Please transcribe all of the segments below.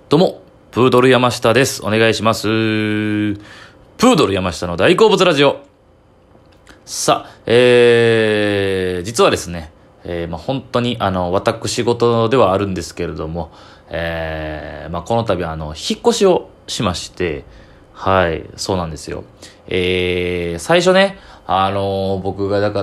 どうも、プードル山下です。お願いします。プードル山下の大好物ラジオ。さあ、実はですね、本当に私事ではあるんですけれども、この度引っ越しをしまして、はい、そうなんですよ。最初ね、僕がだから、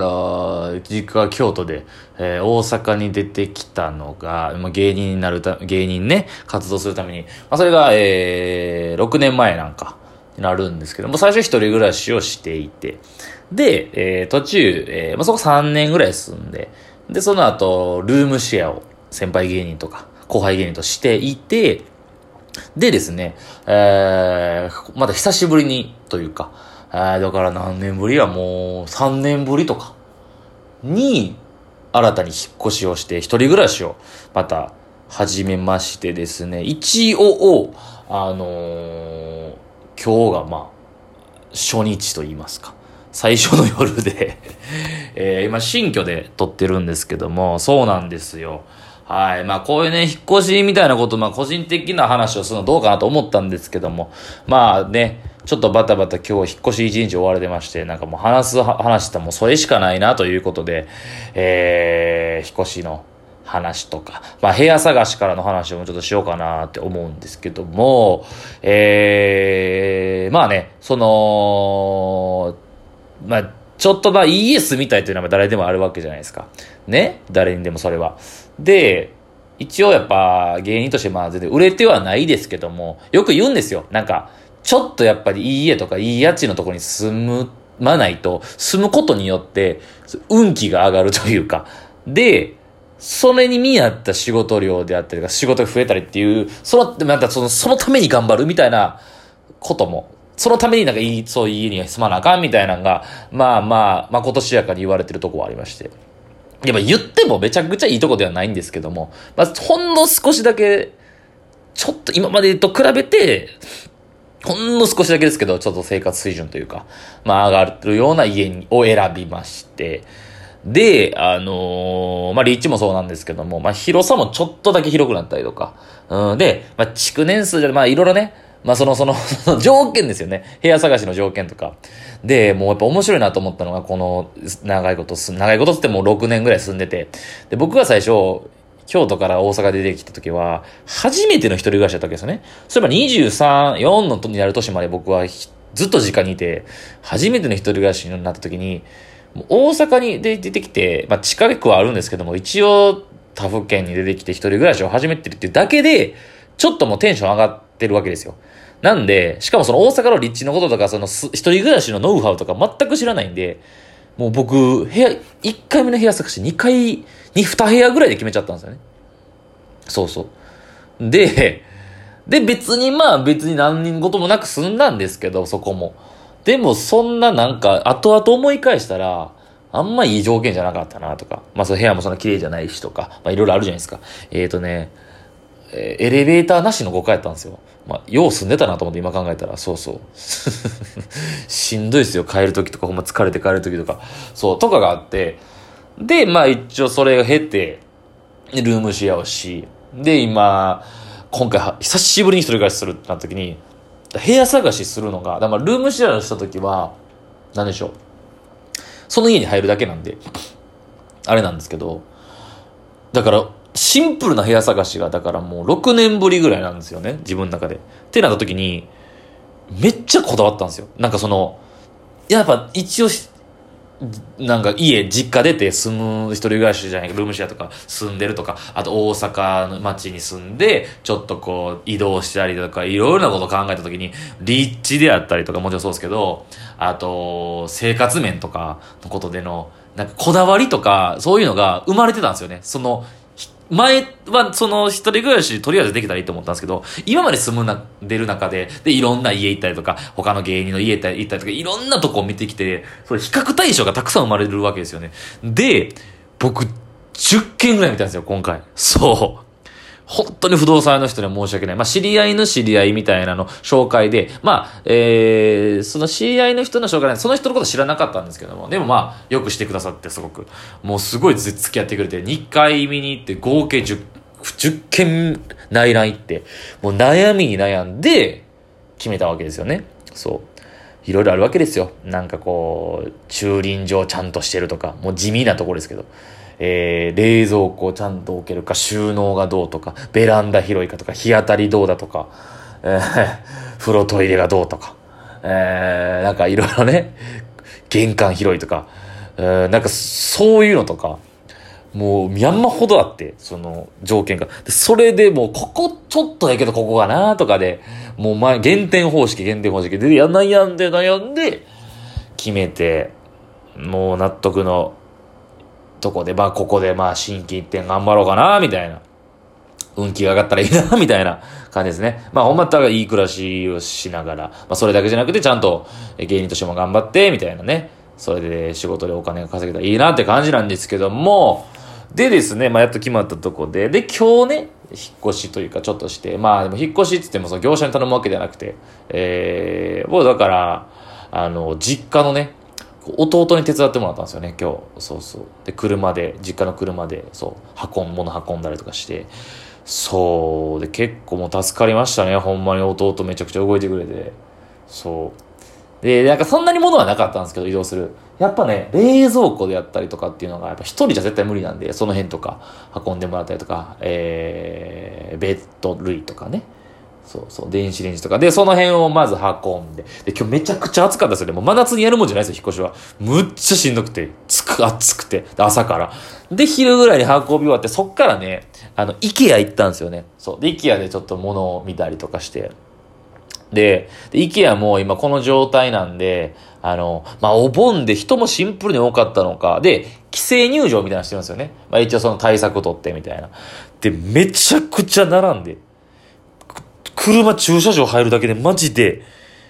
実家が京都で、大阪に出てきたのが、芸人ね、活動するために、それが、6年前なんか、になるんですけども、最初一人暮らしをしていて、で、途中、そこ3年ぐらい住んで、で、その後、ルームシェアを先輩芸人とか、後輩芸人としていて、でですね、まだ久しぶりにというか、だから何年ぶりや、もう3年ぶりとかに新たに引っ越しをして一人暮らしをまた始めましてですね、一応、今日が初日と言いますか、最初の夜で、今新居で撮ってるんですけども、そうなんですよ。はい。こういうね、引っ越しみたいなこと、個人的な話をするのどうかなと思ったんですけども、ちょっとバタバタ今日引っ越し一日終われてまして、なんかもう話したらもうそれしかないなということで、引っ越しの話とか、部屋探しからの話をちょっとしようかなって思うんですけども、ちょっといい家住みたいというのは誰でもあるわけじゃないですか。ね？誰にでもそれは。で、一応やっぱ芸人として全然売れてはないですけども、よく言うんですよ。なんか、ちょっとやっぱりいい家とかいい家賃のところに住まないと、住むことによって運気が上がるというか。で、それに見合った仕事量であったりとか、仕事が増えたりっていう、そのために頑張るみたいなことも、そのためにそういう家に住まなあかんみたいなのが、今年やかに言われてるとこはありまして。言ってもめちゃくちゃいいとこではないんですけども、ほんの少しだけ、ちょっと今までと比べて、ほんの少しだけですけど、ちょっと生活水準というか、上がるような家を選びまして、で、立地もそうなんですけども、広さもちょっとだけ広くなったりとか、で、築年数じゃ、いろいろね、その条件ですよね。部屋探しの条件とか。で、もうやっぱ面白いなと思ったのが、この長いことってもう6年ぐらい住んでて。で、僕が最初、京都から大阪で出てきた時は、初めての一人暮らしだったわけですよね。そういえば23、4になる年まで僕はずっと実家にいて、初めての一人暮らしになった時に、大阪に出てきて、近くはあるんですけども、一応他府県に出てきて一人暮らしを始めてるっていうだけで、ちょっともうテンション上がってるわけですよ。なんで、しかもその大阪の立地のこととか、一人暮らしのノウハウとか全く知らないんで、もう僕、1回目の部屋探し2部屋ぐらいで決めちゃったんですよね。そうそう。で、別に何人事もなく済んだんですけど、そこも。でもそんな後々思い返したら、あんまいい条件じゃなかったなとか、その部屋もそんな綺麗じゃないしとか、いろいろあるじゃないですか。エレベーターなしの5階やったんですよ。よう住んでたなと思って今考えたら、そうそう。しんどいですよ。帰るときとか、ほんま疲れて帰るときとか。そう、とかがあって。で、一応それを経て、ルームシェアをし、で、今回久しぶりに一人暮らしするってなったときに、部屋探しするのが、ルームシェアをしたときは、何でしょう。その家に入るだけなんで、あれなんですけど、だから、シンプルな部屋探しが、だからもう6年ぶりぐらいなんですよね。自分の中で。ってなった時に、めっちゃこだわったんですよ。やっぱ一応、実家出て住む一人暮らしじゃないルームシェアとか住んでるとか、あと大阪の街に住んで、ちょっとこう移動したりとか、いろいろなことを考えた時に、立地であったりとかもちろんそうですけど、あと、生活面とかのことでの、こだわりとか、そういうのが生まれてたんですよね。前は一人暮らしとりあえずできたらいいと思ったんですけど、今まで出る中で、いろんな家行ったりとか、他の芸人の家行ったりとか、いろんなとこを見てきて、比較対象がたくさん生まれるわけですよね。で、僕、10件ぐらい見たんですよ、今回。そう。本当に不動産屋の人には申し訳ない。知り合いの知り合いみたいなの紹介で、その知り合いの人の紹介で、その人のこと知らなかったんですけども、でもよくしてくださってすごく、もうすごい付き合ってくれて、2回見に行って合計10、2 10件内覧行って、もう悩みに悩んで決めたわけですよね。そう。いろいろあるわけですよ。なんかこう、駐輪場ちゃんとしてるとか、もう地味なところですけど、冷蔵庫ちゃんと置けるか、収納がどうとか、ベランダ広いかとか、日当たりどうだとか、風呂トイレがどうとか、なんかいろいろね、玄関広いとか、なんかそういうのとか、もう山ほどあって、その条件が。でそれでもうここちょっとやけどここがなとかで、もう減点方式で悩んで決めて、もう納得のとこで、まあここでまあ心機一転頑張ろうかなみたいな。運気が上がったらいいなみたいな感じですね。まあほんまったらいい暮らしをしながら、まあそれだけじゃなくてちゃんと芸人としても頑張ってみたいなね。それで仕事でお金が稼げたらいいなって感じなんですけども、でですね、まあやっと決まったとこで、今日ね、引っ越しというかちょっとして、まあでも引っ越しって言ってもその業者に頼むわけではなくて、僕だから、実家のね、弟に手伝ってもらったんですよね、今日。そうそう。で、実家の車で、そう、物運んだりとかして、そう。で、結構もう助かりましたね。ほんまに弟めちゃくちゃ動いてくれて。そう。で、なんかそんなに物はなかったんですけど、移動する。やっぱね、冷蔵庫でやったりとかっていうのが、やっぱ一人じゃ絶対無理なんで、その辺とか運んでもらったりとか、ベッド類とかね。そうそう、電子レンジとか。で、その辺をまず運んで。で、今日めちゃくちゃ暑かったですよね。もう真夏にやるもんじゃないですよ、引っ越しは。むっちゃしんどくて、暑くて、朝から。で、昼ぐらいに運び終わって、そっからね、IKEA 行ったんですよね。そう。で、IKEA でちょっと物を見たりとかして。で、IKEA も今この状態なんで、まあ、お盆で人もシンプルに多かったのか、で、規制入場みたいなのしてるんですよね。まあ一応その対策を取ってみたいな。で、めちゃくちゃ並んで、車駐車場入るだけでマジで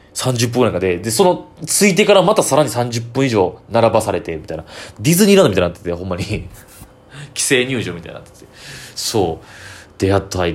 30分くらいかで、その、着いてからまたさらに30分以上並ばされて、みたいな。ディズニーランドみたいになってて、ほんまに。規制入場みたいになってて。そう。で、やっと入って、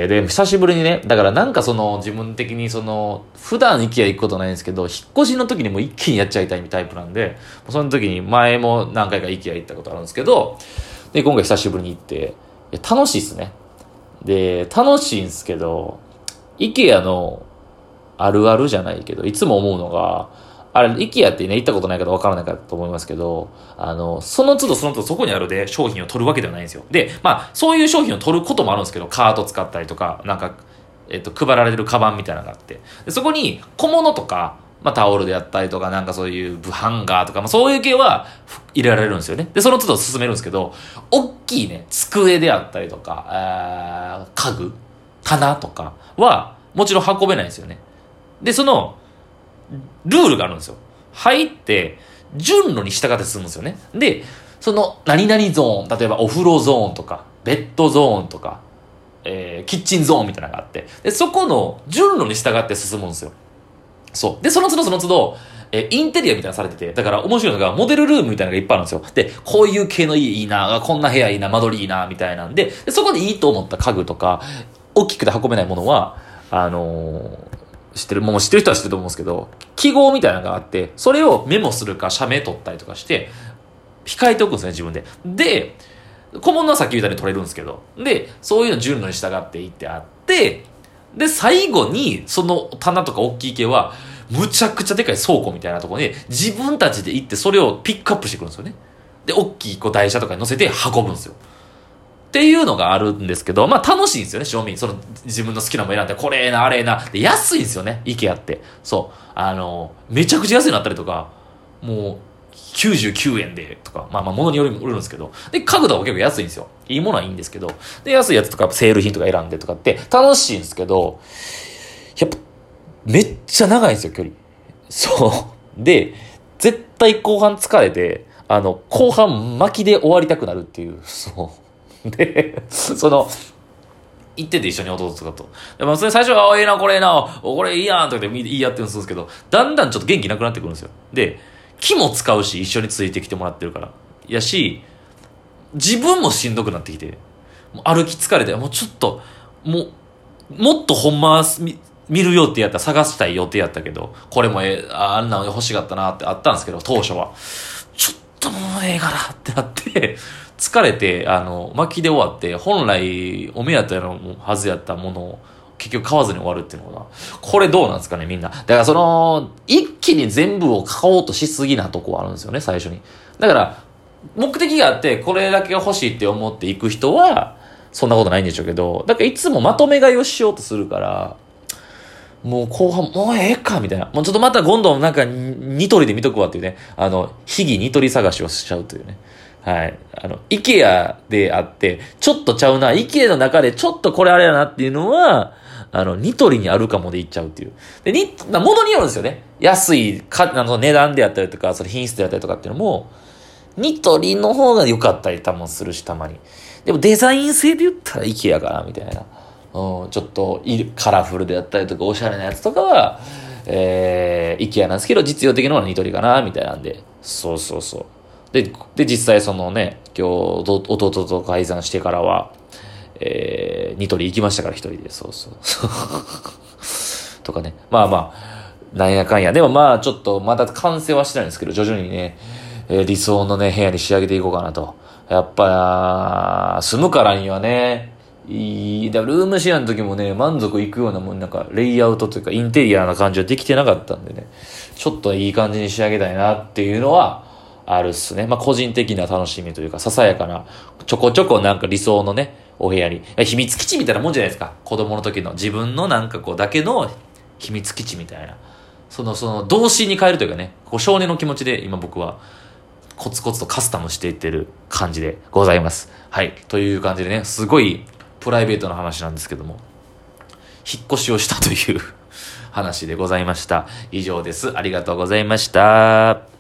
で、久しぶりにね、だからなんか自分的に普段IKEA行くことないんですけど、引っ越しの時にもう一気にやっちゃいたいタイプなんで、その時に前も何回かIKEA行ったことあるんですけど、で、今回久しぶりに行って、楽しいっすね。で、楽しいんですけど、IKEA のあるあるじゃないけど、いつも思うのが、あれ、IKEA ってね、行ったことない方わからないかと思いますけど、その都度そこにあるで商品を取るわけではないんですよ。で、まあ、そういう商品を取ることもあるんですけど、カート使ったりとか、なんか、配られてるカバンみたいなのがあって。でそこに小物とか、まあ、タオルであったりとか、なんかそういうハンガーとか、まあ、そういう系は入れられるんですよね。で、その都度進めるんですけど、大きいね、机であったりとか、家具棚とかは、もちろん運べないんですよね。で、ルールがあるんですよ。入って、順路に従って進むんですよね。で、何々ゾーン、例えばお風呂ゾーンとか、ベッドゾーンとか、キッチンゾーンみたいなのがあって、で、そこの順路に従って進むんですよ。そう。で、その都度、インテリアみたいなのされてて、だから面白いのが、モデルルームみたいなのがいっぱいあるんですよ。で、こういう系の家いいな、こんな部屋いいな、間取りいいな、みたいなんで、そこでいいと思った家具とか、大きくて運べないものは、知ってる人は知ってると思うんですけど、記号みたいなのがあって、それをメモするか、写メ取ったりとかして、控えておくんですね、自分で。で、小物はさっき言ったように取れるんですけど、で、そういうの順路に従っていってあって、で、最後に、その棚とか大きい系は、むちゃくちゃでかい倉庫みたいなところに、自分たちで行ってそれをピックアップしてくるんですよね。で、大きい台車とかに乗せて運ぶんですよ。っていうのがあるんですけど、まあ楽しいんですよね、正味。自分の好きなもの選んで、これええな、あれええな。で、安いんですよね、IKEA って。そう。めちゃくちゃ安いのあったりとか、もう、99円で、とか、まあ物によるんですけど。で、家具とかも結構安いんですよ。いいものはいいんですけど。で、安いやつとか、セール品とか選んでとかって楽しいんですけど、やっぱ、めっちゃ長いんですよ、距離。そう。で、絶対後半疲れて、後半巻きで終わりたくなるっていう、そう。で、行ってて一緒に弟とかと。でもそれ最初は、ええな、これええな、これいいやんとかで言い合ってるんですけど、だんだんちょっと元気なくなってくるんですよ。で、気も使うし、一緒についてきてもらってるから。やし、自分もしんどくなってきて、もう歩き疲れて、もうちょっと、もっとほんま見る予定やったら探したい予定やったけど、これもあんなの欲しかったなってあったんですけど、当初は。ちょっともうええからってなって、 疲れて、巻きで終わって、本来お目当てのはずやったものを、結局買わずに終わるっていうのが、これどうなんですかね、みんな。だから一気に全部を買おうとしすぎなとこはあるんですよね、最初に。だから、目的があって、これだけが欲しいって思っていく人は、そんなことないんでしょうけど、だからいつもまとめ買いをしようとするから、もう後半、もうええか、みたいな。もうちょっとまた今度なんか、ニトリで見とくわっていうね。秘技ニトリ探しをしちゃうというね。はい。イケアであって、ちょっとちゃうな。イケアの中でちょっとこれあれやなっていうのは、ニトリにあるかもでいっちゃうっていう。で、物によるんですよね。安い値段であったりとか、その品質であったりとかっていうのも、ニトリの方が良かったり多分するし、たまに。でもデザイン性で言ったらイケアかな、みたいな。ちょっとカラフルであったりとか、おしゃれなやつとかは、イケアなんですけど、実用的なのはニトリかな、みたいなんで。そうそうそう。で、実際今日、弟と改ざんしてからは、ニトリ行きましたから一人で、そうそう。とかね。まあまあ、なんやかんや。でもまあちょっとまだ完成はしてないんですけど、徐々にね、理想のね、部屋に仕上げていこうかなと。やっぱ、住むからにはね、ルームシェアの時もね、満足いくようなもん、なんか、レイアウトというか、インテリアな感じはできてなかったんでね、ちょっといい感じに仕上げたいなっていうのは、あるっすね。まあ、個人的な楽しみというか、ささやかな、ちょこちょこなんか理想のね、お部屋に、秘密基地みたいなもんじゃないですか。子供の時の自分のなんかだけの秘密基地みたいな。童心に変えるというかね、少年の気持ちで今僕は、コツコツとカスタムしていってる感じでございます。はい。という感じでね、すごいプライベートな話なんですけども、引っ越しをしたという話でございました。以上です。ありがとうございました。